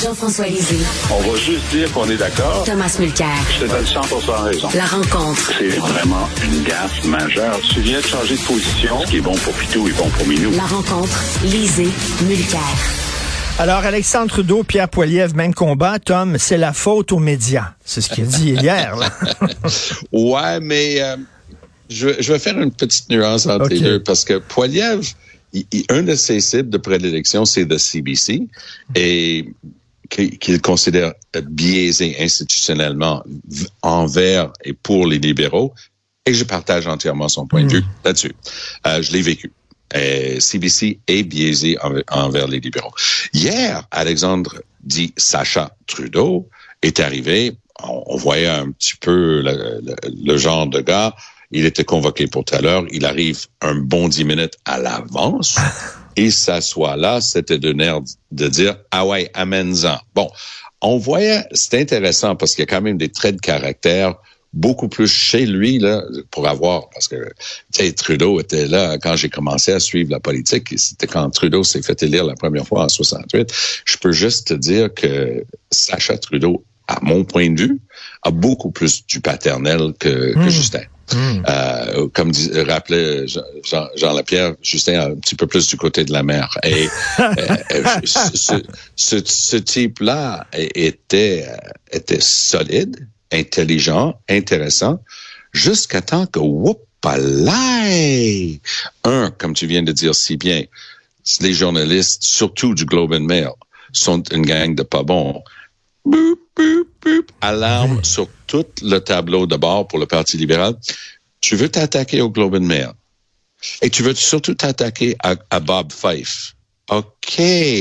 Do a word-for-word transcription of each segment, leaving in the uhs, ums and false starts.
Jean-François Lisée. On va juste dire qu'on est d'accord. Thomas Mulcair. Je te donne cent pour cent raison. La rencontre. C'est vraiment une gaffe majeure. Tu viens de changer de position. Ce qui est bon pour Pitou est bon pour Minou. La rencontre. Lisée. Mulcair. Alors, Alexandre Trudeau, Pierre Poilievre, même combat. Tom, c'est la faute aux médias. C'est ce qu'il a dit hier, là. Ouais, mais euh, je, je vais faire une petite nuance entre okay. les deux, parce que Poilievre, il, il, un de ses cibles de prédilection, c'est le C B C, et qu'il considère biaisé institutionnellement envers et pour les libéraux, et je partage entièrement son point mmh. de vue là-dessus. Euh, je l'ai vécu. Et C B C est biaisé envers les libéraux. Hier, Alexandre dit Sacha Trudeau est arrivé, on, on voyait un petit peu le, le, le genre de gars, il était convoqué pour tout à l'heure, il arrive un bon dix minutes à l'avance, et s'assoit là, c'était de l'air de dire « Ah ouais, amène-en ». Bon, on voyait, c'est intéressant parce qu'il y a quand même des traits de caractère beaucoup plus chez lui, là, pour avoir, parce que, tu sais, Trudeau était là quand j'ai commencé à suivre la politique, c'était quand Trudeau s'est fait élire la première fois en soixante-huit. Je peux juste te dire que Sacha Trudeau, à mon point de vue, a beaucoup plus du paternel que, mmh. que Justin. Mmh. Euh, comme dis, rappelait Jean, Jean Lapierre, Justin a un petit peu plus du côté de la mer. Et euh, ce, ce, ce type-là était, était solide, intelligent, intéressant, jusqu'à temps que, whoopalaï! Un, comme tu viens de dire si bien, les journalistes, surtout du Globe and Mail, sont une gang de pas bons. Boop, boop, boop. Alarme mmh. sur tout le tableau de bord pour le Parti libéral. Tu veux t'attaquer au Globe and Mail. Et tu veux surtout t'attaquer à, à Bob Fife. OK.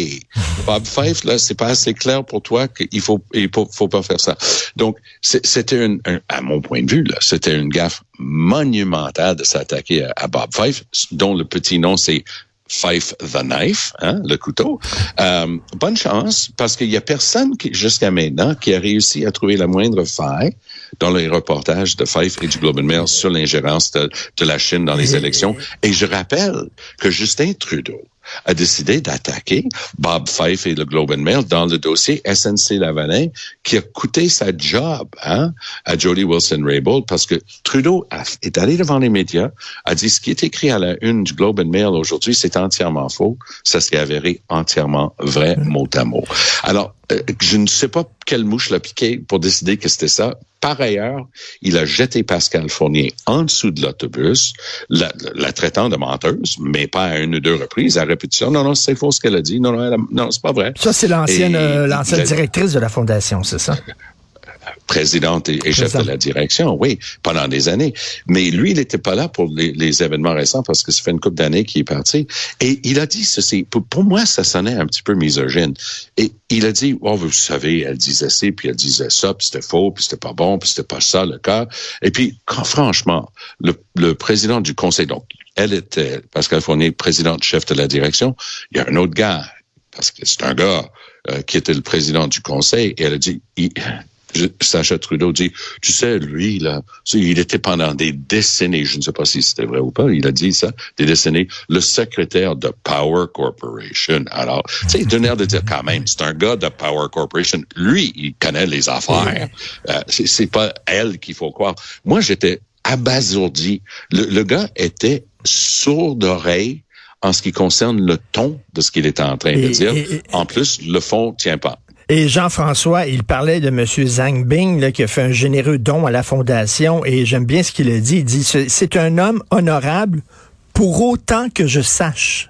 Bob Fife, là, c'est pas assez clair pour toi qu'il faut, il faut, faut pas faire ça. Donc, c'était une, un, à mon point de vue, là, c'était une gaffe monumentale de s'attaquer à, à Bob Fife, dont le petit nom, c'est Fife the Knife, hein, le couteau. Euh, bonne chance, parce qu'il y a personne qui, jusqu'à maintenant, qui a réussi à trouver la moindre faille dans les reportages de Fife et du Globe and Mail sur l'ingérence de, de la Chine dans les élections. Et je rappelle que Justin Trudeau a décidé d'attaquer Bob Fife et le Globe and Mail dans le dossier S N C-Lavalin qui a coûté sa job hein, à Jody Wilson-Raybould parce que Trudeau a, est allé devant les médias, a dit ce qui est écrit à la une du Globe and Mail aujourd'hui, c'est entièrement faux. Ça s'est avéré entièrement vrai, mot à mot. Alors, euh, je ne sais pas quelle mouche l'a piqué pour décider que c'était ça. Par ailleurs, il a jeté Pascal Fournier en dessous de l'autobus, la, la traitant de menteuse, mais pas à une ou deux reprises, à répétition. Non, non, c'est faux ce qu'elle a dit. Non, non, elle a, non, c'est pas vrai. Ça, c'est l'ancienne, euh, l'ancienne directrice de la Fondation, c'est ça? Présidente et, et chef de la direction, oui, pendant des années. Mais lui, il n'était pas là pour les, les événements récents parce que ça fait une couple d'années qu'il est parti. Et il a dit ceci. Pour, pour moi, ça sonnait un petit peu misogyne. Et il a dit, oh, vous savez, elle disait ci, puis elle disait ça, puis c'était faux, puis c'était pas bon, puis c'était pas ça le cas. Et puis, quand franchement, le, le président du conseil, donc, elle était, Pascal Fournier, présidente, chef de la direction, il y a un autre gars, parce que c'est un gars euh, qui était le président du conseil, et elle a dit, il, Je, Sacha Trudeau dit, tu sais, lui, là, il était pendant des décennies, je ne sais pas si c'était vrai ou pas, il a dit ça, des décennies, le secrétaire de Power Corporation. Alors, tu sais, il donne l'air de dire quand même, c'est un gars de Power Corporation. Lui, il connaît les affaires. Euh, c'est, c'est pas elle qu'il faut croire. Moi, j'étais abasourdi. Le, le gars était sourd d'oreille en ce qui concerne le ton de ce qu'il était en train de dire. Et, et, en plus, le fond tient pas. Et Jean-François, il parlait de M. Zhang Bing, là, qui a fait un généreux don à la Fondation, et j'aime bien ce qu'il a dit. Il dit, c'est un homme honorable pour autant que je sache.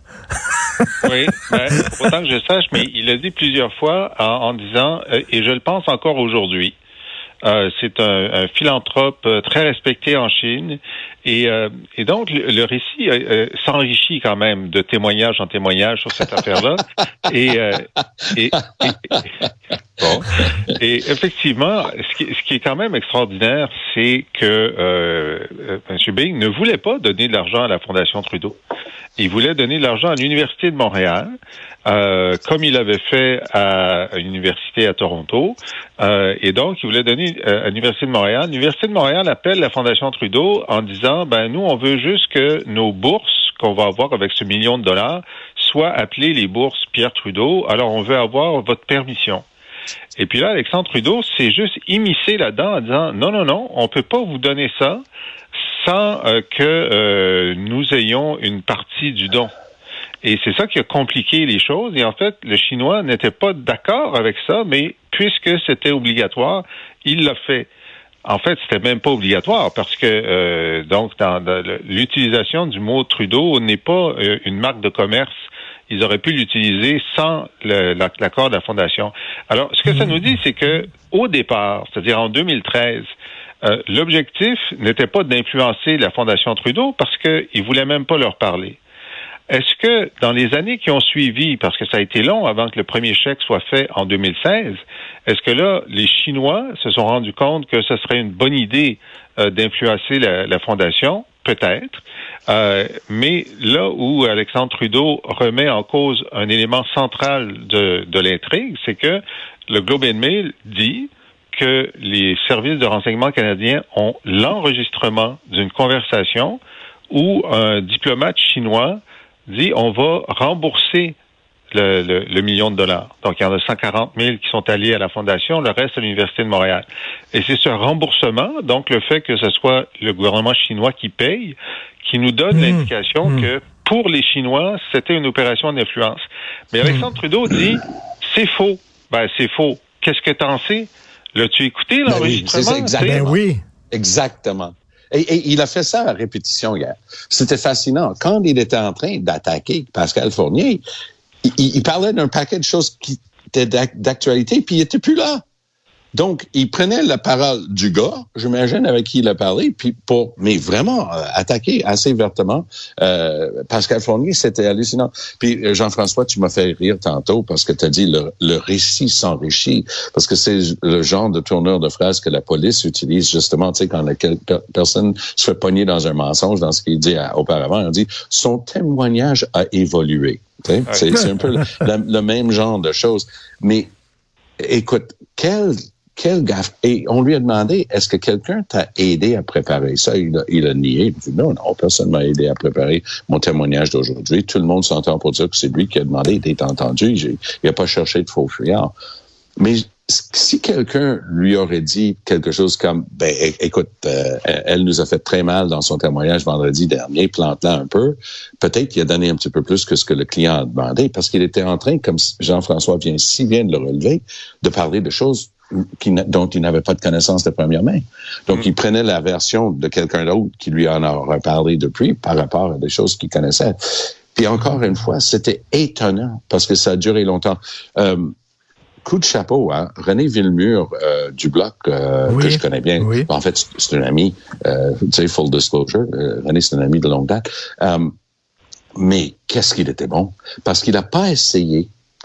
Oui, ben, pour autant que je sache, mais il a dit plusieurs fois en, en disant, euh, et je le pense encore aujourd'hui, euh, c'est un, un philanthrope très respecté en Chine. Et, euh, et donc, le, le récit euh, s'enrichit quand même de témoignage en témoignage sur cette affaire-là. Et, euh, et, et, et, bon. Et effectivement, ce qui, ce qui est quand même extraordinaire, c'est que euh, M. Bing ne voulait pas donner de l'argent à la Fondation Trudeau. Il voulait donner de l'argent à l'Université de Montréal, euh, comme il avait fait à, à l'Université à Toronto. Euh, et donc, il voulait donner euh, à l'Université de Montréal. L'Université de Montréal appelle la Fondation Trudeau en disant, ben nous, on veut juste que nos bourses qu'on va avoir avec ce million de dollars soient appelées les bourses Pierre Trudeau. Alors, on veut avoir votre permission. Et puis là, Alexandre Trudeau s'est juste immiscé là-dedans en disant non, non, non, on peut pas vous donner ça sans euh, que euh, nous ayons une partie du don. Et c'est ça qui a compliqué les choses. Et en fait, le Chinois n'était pas d'accord avec ça, mais puisque c'était obligatoire, il l'a fait. En fait, c'était même pas obligatoire parce que euh, donc dans, dans l'utilisation du mot Trudeau n'est pas euh, une marque de commerce. Ils auraient pu l'utiliser sans le, l'accord de la Fondation. Alors, ce que ça nous dit, c'est que au départ, c'est-à-dire en deux mille treize, euh, l'objectif n'était pas d'influencer la Fondation Trudeau parce qu'ils voulaient même pas leur parler. Est-ce que dans les années qui ont suivi, parce que ça a été long avant que le premier chèque soit fait en deux mille seize, est-ce que là, les Chinois se sont rendus compte que ce serait une bonne idée euh, d'influencer la, la Fondation? Peut-être. Euh, mais là où Alexandre Trudeau remet en cause un élément central de, de l'intrigue, c'est que le Globe and Mail dit que les services de renseignement canadiens ont l'enregistrement d'une conversation où un diplomate chinois dit on va rembourser le, le, le million de dollars. Donc, il y en a cent quarante mille qui sont alliés à la Fondation, le reste à l'Université de Montréal. Et c'est ce remboursement, donc le fait que ce soit le gouvernement chinois qui paye, qui nous donne mmh. l'indication mmh. que pour les Chinois, c'était une opération d'influence. Mais Alexandre mmh. Trudeau dit c'est faux. Ben, c'est faux. Qu'est-ce que t'en sais? L'as-tu écouté, l'enregistrement? Ben oui, c'est ben oui. Exactement. Et, et il a fait ça à répétition hier. C'était fascinant. Quand il était en train d'attaquer Pascal Fournier, il, il parlait d'un paquet de choses qui étaient d'actualité, puis il était plus là. Donc, il prenait la parole du gars, j'imagine, avec qui il a parlé, puis pour, mais vraiment euh, attaquer assez vertement euh, Pascal Fournier, c'était hallucinant. Puis Jean-François, tu m'as fait rire tantôt parce que tu as dit le, le récit s'enrichit, parce que c'est le genre de tourneur de phrases que la police utilise justement, tu sais, quand la personne se fait pogner dans un mensonge, dans ce qu'il dit à, auparavant, on dit son témoignage a évolué. Tu sais, c'est, c'est un peu le, le, le même genre de choses. Mais écoute, quel Quel gaffe. Et on lui a demandé, est-ce que quelqu'un t'a aidé à préparer ça? Il a, il a nié. Il a dit, non, non, personne m'a aidé à préparer mon témoignage d'aujourd'hui. Tout le monde s'entend pour dire que c'est lui qui a demandé d'être entendu. J'ai, il n'a pas cherché de faux fuyards. Mais si quelqu'un lui aurait dit quelque chose comme, ben, écoute, euh, elle nous a fait très mal dans son témoignage vendredi dernier, plante-la un peu, peut-être qu'il a donné un petit peu plus que ce que le client a demandé, parce qu'il était en train, comme Jean-François vient si bien de le relever, de parler de choses Qui, dont il n'avait pas de connaissance de première main. Donc, mmh. il prenait la version de quelqu'un d'autre qui lui en aurait parlé depuis par rapport à des choses qu'il connaissait. Puis encore une fois, c'était étonnant parce que ça a duré longtemps. Euh, coup de chapeau, hein? René Villemur euh, du Bloc, euh, oui. que je connais bien. Oui. En fait, c'est un ami, euh, tu sais, full disclosure. Euh, René, c'est un ami de longue date. Euh, mais qu'est-ce qu'il était bon? Parce qu'il n'a pas essayé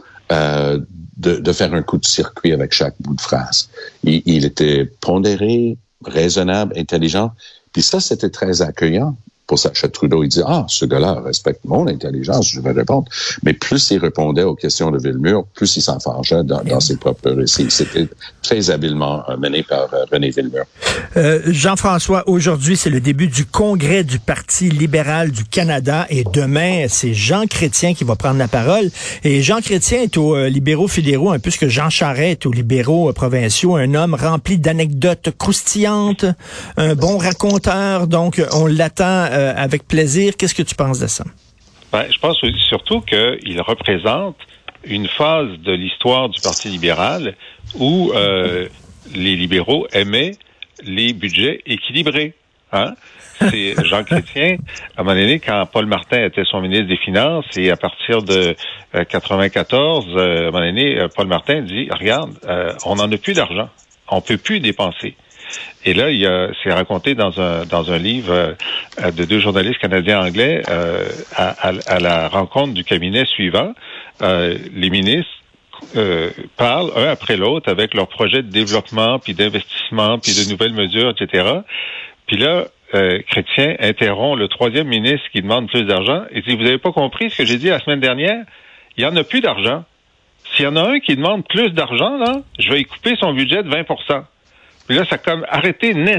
euh, De, de faire un coup de circuit avec chaque bout de phrase. Il, il était pondéré, raisonnable, intelligent. Puis ça, c'était très accueillant pour Sacha Trudeau. Il dit, ah, ce gars-là respecte mon intelligence, je vais répondre. Mais plus il répondait aux questions de Villemur, plus il s'enfargeait dans, dans ses propres récits. C'était très habilement mené par euh, René Villemur. Euh, Jean-François, aujourd'hui, c'est le début du congrès du Parti libéral du Canada et demain, c'est Jean Chrétien qui va prendre la parole. Et Jean Chrétien est aux euh, libéraux fédéraux, un peu ce que Jean Charest est aux libéraux euh, provinciaux, un homme rempli d'anecdotes croustillantes, un bon raconteur, donc on l'attend euh, avec plaisir. Qu'est-ce que tu penses de ça? Ben, je pense surtout qu'il représente une phase de l'histoire du Parti libéral où euh, les libéraux aimaient les budgets équilibrés. Hein? C'est Jean Chrétien, à un moment donné, quand Paul Martin était son ministre des Finances, et à partir de euh, quatre-vingt-quatorze, euh, à un moment donné, euh, Paul Martin dit, regarde, euh, on n'en a plus d'argent, on peut plus dépenser. Et là, il y a, c'est raconté dans un dans un livre euh, de deux journalistes canadiens-anglais euh, à, à, à la rencontre du cabinet suivant. Euh, les ministres euh, parlent un après l'autre avec leurs projets de développement, puis d'investissement, puis de nouvelles mesures, et cetera. Puis là, euh, Chrétien interrompt le troisième ministre qui demande plus d'argent et dit, vous n'avez pas compris ce que j'ai dit la semaine dernière? Il n'y en a plus d'argent. S'il y en a un qui demande plus d'argent, là, je vais y couper son budget de vingt pour cent. Puis là, ça a comme arrêté net. Tu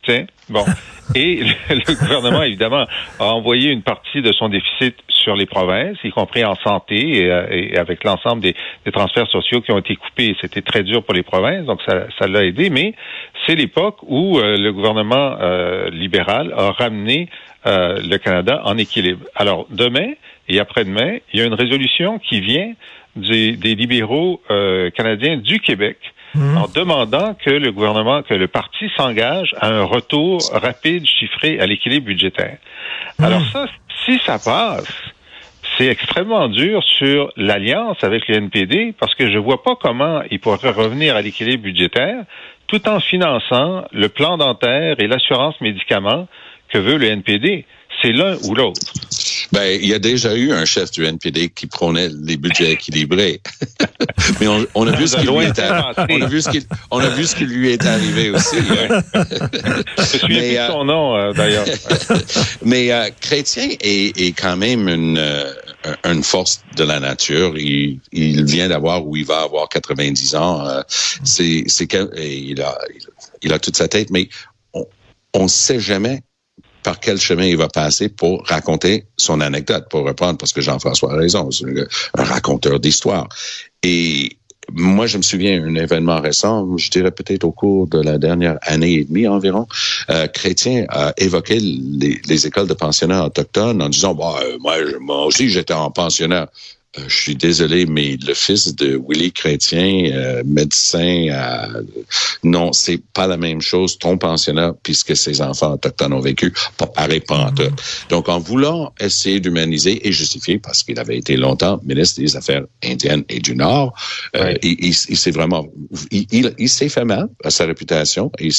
sais. Bon. Et le, le gouvernement, évidemment, a envoyé une partie de son déficit sur les provinces, y compris en santé et, et avec l'ensemble des, des transferts sociaux qui ont été coupés. C'était très dur pour les provinces, donc ça, ça l'a aidé. Mais c'est l'époque où euh, le gouvernement euh, libéral a ramené euh, le Canada en équilibre. Alors, demain et après-demain, il y a une résolution qui vient des, des libéraux euh, canadiens du Québec, Mmh. en demandant que le gouvernement, que le parti s'engage à un retour rapide, chiffré à l'équilibre budgétaire. Mmh. Alors ça, si ça passe, c'est extrêmement dur sur l'alliance avec le N P D, parce que je vois pas comment il pourrait revenir à l'équilibre budgétaire tout en finançant le plan dentaire et l'assurance médicaments que veut le N P D. C'est l'un ou l'autre. Ben, il y a déjà eu un chef du N P D qui prônait les budgets équilibrés. Mais on, on a vu ce qui lui est arrivé. On a vu ce qui, on a vu ce qui lui est arrivé aussi. Hein. Je me souviens plus de son nom, euh, d'ailleurs. Mais euh, Chrétien est, est quand même une, euh, une force de la nature. Il, il vient d'avoir, ou il va avoir quatre-vingt-dix ans. Euh, c'est, c'est il a, il a toute sa tête, mais on ne sait jamais par quel chemin il va passer pour raconter son anecdote, pour reprendre, parce que Jean-François a raison, c'est un raconteur d'histoire. Et moi, je me souviens d'un événement récent, je dirais peut-être au cours de la dernière année et demie environ, euh, Chrétien a évoqué les, les écoles de pensionnats autochtones en disant, bah, euh, moi, moi aussi, j'étais en pensionnat. Euh, je suis désolé, mais le fils de Willie Chrétien, euh, médecin, euh, non, c'est pas la même chose, ton pensionnat, puisque ses enfants autochtones ont vécu, pas pareil, pas en tout. Donc, en voulant essayer d'humaniser et justifier, parce qu'il avait été longtemps ministre des Affaires indiennes et du Nord, euh, oui. il, il, il s'est vraiment, il, il, il s'est fait mal à sa réputation et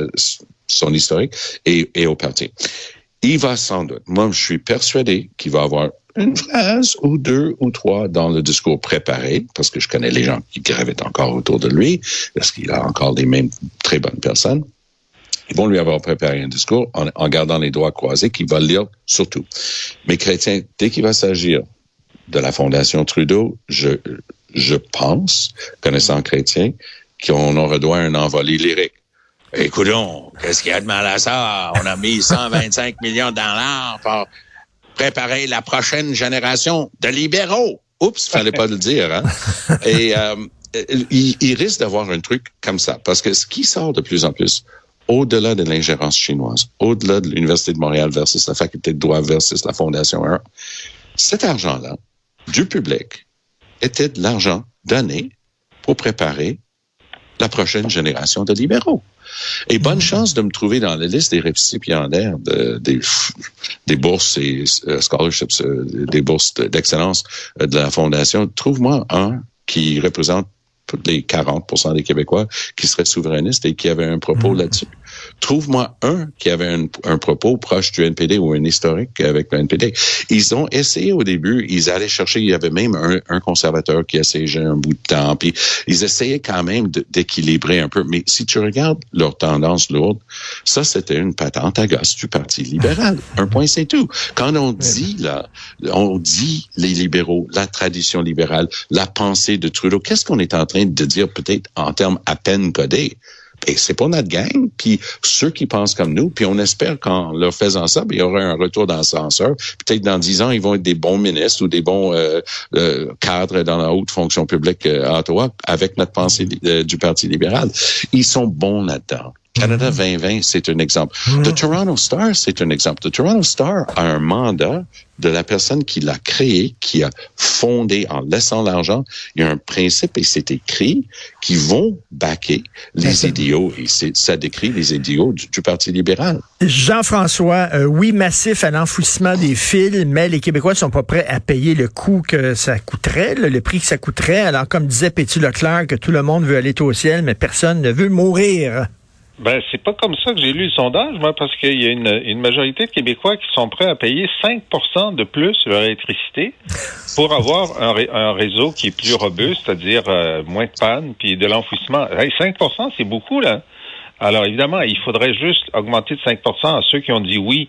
son historique et, et au parti. Il va sans doute, moi, je suis persuadé qu'il va avoir une phrase ou deux ou trois dans le discours préparé, parce que je connais les gens qui gravitent encore autour de lui, parce qu'il a encore les mêmes très bonnes personnes. Ils vont lui avoir préparé un discours en, en gardant les doigts croisés qu'il va lire surtout. Mais Chrétien, dès qu'il va s'agir de la Fondation Trudeau, je, je pense, connaissant Chrétien, qu'on aura droit à un envolé lyrique. Écoutons, qu'est-ce qu'il y a de mal à ça? On a mis cent vingt-cinq millions de dollars pour préparer la prochaine génération de libéraux. Oups, fallait pas le dire, hein? Et euh, il, il risque d'avoir un truc comme ça, parce que ce qui sort de plus en plus, au-delà de l'ingérence chinoise, au-delà de l'Université de Montréal versus la Faculté de droit versus la Fondation un, cet argent-là, du public, était de l'argent donné pour préparer la prochaine génération de libéraux. Et bonne chance de me trouver dans la liste des récipiendaires de, des, des bourses et uh, scholarships, uh, des bourses d'excellence uh, de la Fondation. Trouve-moi un qui représente les quarante pour cent des Québécois qui seraient souverainistes et qui avaient un propos mmh. là-dessus. Trouve-moi un qui avait un, un propos proche du N P D ou un historique avec le N P D. Ils ont essayé au début, ils allaient chercher, il y avait même un, un conservateur qui essayait un bout de temps, puis ils essayaient quand même de, d'équilibrer un peu. Mais si tu regardes leur tendance lourde, ça, c'était une patente à gosse du Parti libéral. Un point, c'est tout. Quand on dit, là, on dit les libéraux, la tradition libérale, la pensée de Trudeau, qu'est-ce qu'on est en train de dire peut-être en termes à peine codés? Et c'est pas notre gang, puis ceux qui pensent comme nous, puis on espère qu'en leur faisant ça, ben, il y aura un retour dans l'ascenseur. Peut-être dans dix ans, ils vont être des bons ministres ou des bons euh, euh, cadres dans la haute fonction publique euh, à Ottawa avec notre pensée euh, du Parti libéral. Ils sont bons là-dedans. Canada vingt vingt, c'est un exemple. The Toronto Star, c'est un exemple. The Toronto Star a un mandat de la personne qui l'a créé, qui a fondé en laissant l'argent. Il y a un principe, et c'est écrit, qui vont backer les idéaux. Et c'est, ça décrit les idéaux du, du Parti libéral. Jean-François, euh, oui, massif à l'enfouissement des fils, mais les Québécois ne sont pas prêts à payer le coût que ça coûterait, le, le prix que ça coûterait. Alors, comme disait Pétu Leclerc, que tout le monde veut aller au ciel, mais personne ne veut mourir. Ben, c'est pas comme ça que j'ai lu le sondage, moi, parce qu'il y a une, une majorité de Québécois qui sont prêts à payer cinq pour cent de plus leur électricité pour avoir un, un réseau qui est plus robuste, c'est-à-dire euh, moins de panne, puis de l'enfouissement. Hey, cinq pour cent, c'est beaucoup, là. Alors, évidemment, il faudrait juste augmenter de cinq pour cent à ceux qui ont dit oui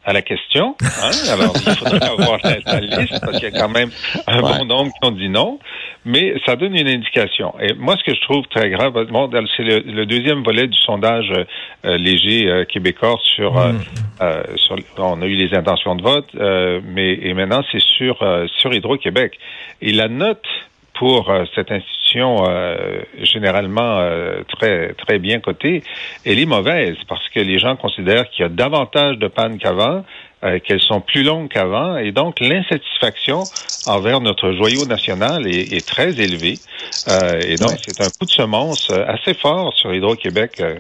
à la question. Hein? Alors, il faudrait avoir la, la liste parce qu'il y a quand même un ouais. bon nombre qui ont dit non. Mais ça donne une indication. Et moi, ce que je trouve très grave, bon, c'est le, le deuxième volet du sondage euh, léger euh, québécois sur, mmh. euh, sur... On a eu les intentions de vote, euh, mais et maintenant, c'est sur, euh, sur Hydro-Québec. Et la note pour euh, cette institution euh, généralement euh, très très bien cotée, elle est mauvaise parce que les gens considèrent qu'il y a davantage de pannes qu'avant, euh, qu'elles sont plus longues qu'avant, et donc l'insatisfaction envers notre joyau national est, est très élevée. Euh, et donc, ouais. c'est un coup de semonce assez fort sur Hydro-Québec. Euh,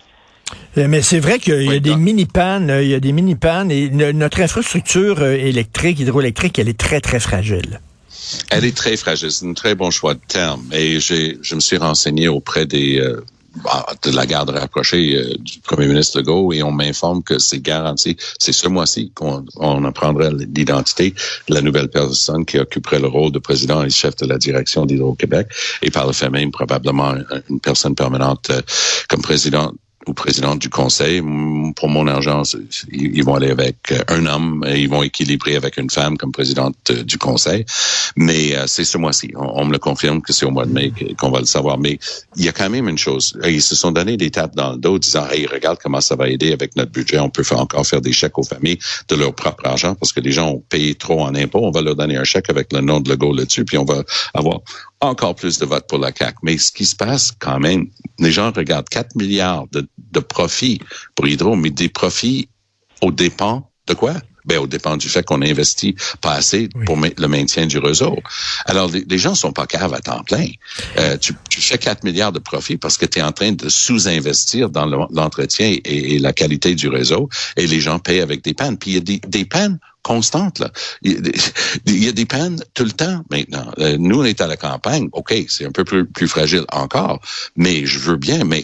Mais c'est vrai qu'il y a oui, des mini-pannes, il y a des mini-pannes, et notre infrastructure électrique, hydroélectrique, elle est très, très fragile. Elle est très fragile. C'est un très bon choix de terme. Et j'ai, je me suis renseigné auprès des euh, de la garde rapprochée euh, du premier ministre Legault et on m'informe que c'est garanti. C'est ce mois-ci qu'on on apprendrait l'identité de la nouvelle personne qui occuperait le rôle de président et chef de la direction d'Hydro-Québec et par le fait même probablement une personne permanente euh, comme président ou présidente du conseil. Pour mon argent, ils vont aller avec un homme et ils vont équilibrer avec une femme comme présidente du conseil. Mais euh, c'est ce mois-ci. On, on me le confirme que c'est au mois de mai qu'on va le savoir. Mais il y a quand même une chose. Ils se sont donné des tapes dans le dos disant « Hey, regarde comment ça va aider avec notre budget. On peut faire, encore faire des chèques aux familles de leur propre argent parce que les gens ont payé trop en impôts. On va leur donner un chèque avec le nom de Legault là-dessus puis on va avoir encore plus de votes pour la C A Q. Mais ce qui se passe quand même, les gens regardent quatre milliards de, de profits pour Hydro, mais des profits aux dépens de quoi? Ben, au dépend du fait qu'on investit pas assez oui. pour ma- le maintien du réseau. Alors, les, les gens sont pas caves à temps plein. Euh, tu, tu fais quatre milliards de profits parce que tu es en train de sous-investir dans le, l'entretien et, et la qualité du réseau et les gens payent avec des pannes. Puis il y a des, des pannes constantes, là. Il y a des, il y a des pannes tout le temps maintenant. Euh, nous, on est à la campagne. OK, c'est un peu plus, plus fragile encore, mais je veux bien, mais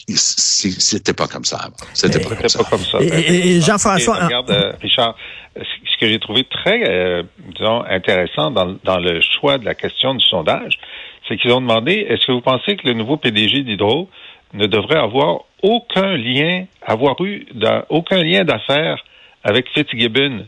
c'était pas comme ça avant. C'était mais, pas, comme, pas comme ça. Et, et, et Jean-François... Et regarde, euh, Richard, ce que j'ai trouvé très, euh, disons, intéressant dans, dans le choix de la question du sondage, c'est qu'ils ont demandé, est-ce que vous pensez que le nouveau P D G d'Hydro ne devrait avoir aucun lien, avoir eu dans, aucun lien d'affaires avec Fitzgibbon?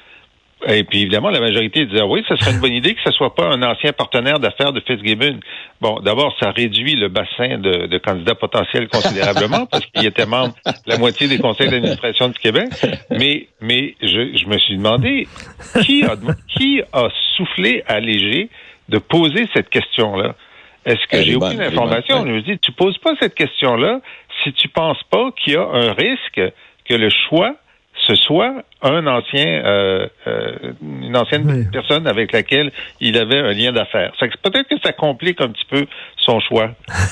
Et puis, évidemment, la majorité disait, oui, ce serait une bonne idée que ce soit pas un ancien partenaire d'affaires de Fitzgibbon. Bon, d'abord, ça réduit le bassin de, de candidats potentiels considérablement parce qu'il était membre de la moitié des conseils d'administration du Québec. Mais, mais, je, je me suis demandé, qui a, qui a soufflé à Léger de poser cette question-là? Est-ce que elle j'ai aucune bonne, information? Bonne, ouais. Je me dis, tu poses pas cette question-là si tu penses pas qu'il y a un risque que le choix ce soit un ancien, euh, euh, une ancienne oui. personne avec laquelle il avait un lien d'affaires. Peut-être que ça complique un petit peu son choix.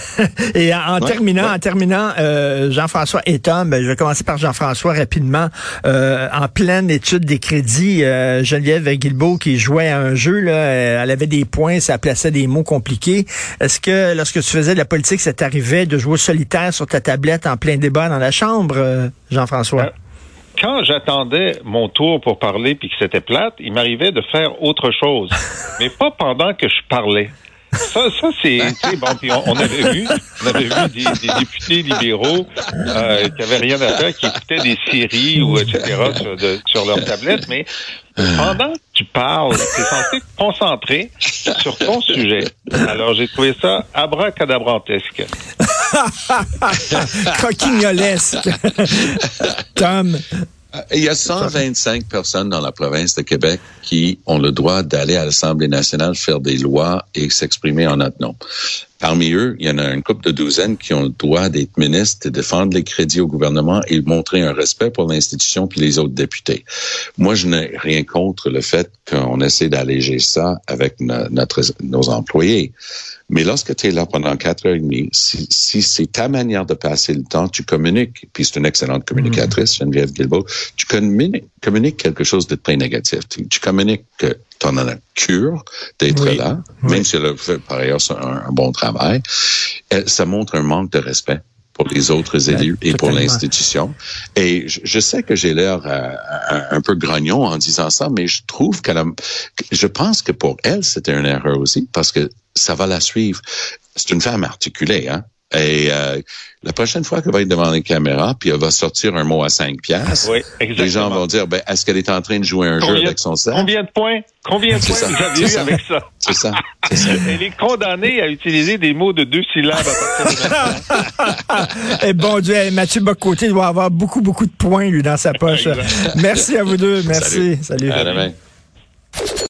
Et en, en ouais, terminant, ouais. en terminant, euh, Jean-François et Tom, ben, je vais commencer par Jean-François rapidement. Euh, en pleine étude des crédits, euh, Geneviève Guilbeault qui jouait à un jeu, là, elle avait des points, ça plaçait des mots compliqués. Est-ce que lorsque tu faisais de la politique, ça t'arrivait de jouer solitaire sur ta tablette en plein débat dans la chambre, euh, Jean-François? Euh, Quand j'attendais mon tour pour parler puis que c'était plate, il m'arrivait de faire autre chose, mais pas pendant que je parlais. Ça, ça c'est, c'est bon. Puis on, on avait vu, on avait vu des, des députés libéraux euh, qui avaient rien à faire, qui écoutaient des séries ou et cetera sur, de, sur leur tablette, mais pendant que tu parles, tu es censé te concentrer sur ton sujet. Alors j'ai trouvé ça abracadabrantesque. Coquignolesque. Tom. Il y a cent vingt-cinq personnes dans la province de Québec qui ont le droit d'aller à l'Assemblée nationale faire des lois et s'exprimer en notre nom. Parmi eux, il y en a une couple de douzaines qui ont le droit d'être ministres, de défendre les crédits au gouvernement et montrer un respect pour l'institution puis les autres députés. Moi, je n'ai rien contre le fait qu'on essaie d'alléger ça avec no- notre, nos employés. Mais lorsque tu es là pendant quatre heures et demie, si, si c'est ta manière de passer le temps, tu communiques, puis c'est une excellente communicatrice, Geneviève Guilbeault, tu communiques, communiques quelque chose de très négatif. Tu, tu communiques que tu en as la cure d'être oui. là, oui. même si elle a fait par ailleurs un, un bon travail. Et ça montre un manque de respect pour les autres élus ouais, et pour l'institution. Et je, je sais que j'ai l'air euh, un, un peu grognon en disant ça, mais je trouve qu'elle a, je pense que pour elle, c'était une erreur aussi, parce que ça va la suivre. C'est une femme articulée, hein? Et euh, la prochaine fois qu'elle va être devant les caméras, puis elle va sortir un mot à cinq piastres, oui, les gens vont dire, ben, est-ce qu'elle est en train de jouer un combien, jeu avec son sac? Combien de points? Combien de points ça, vous avez eu ça. avec ça? C'est ça, c'est ça. Elle est condamnée à utiliser des mots de deux syllabes à partir de maintenant. Eh bon Dieu, Mathieu Bock-Côté doit avoir beaucoup, beaucoup de points, lui, dans sa poche. Merci à vous deux. Merci. Salut. Salut. À demain.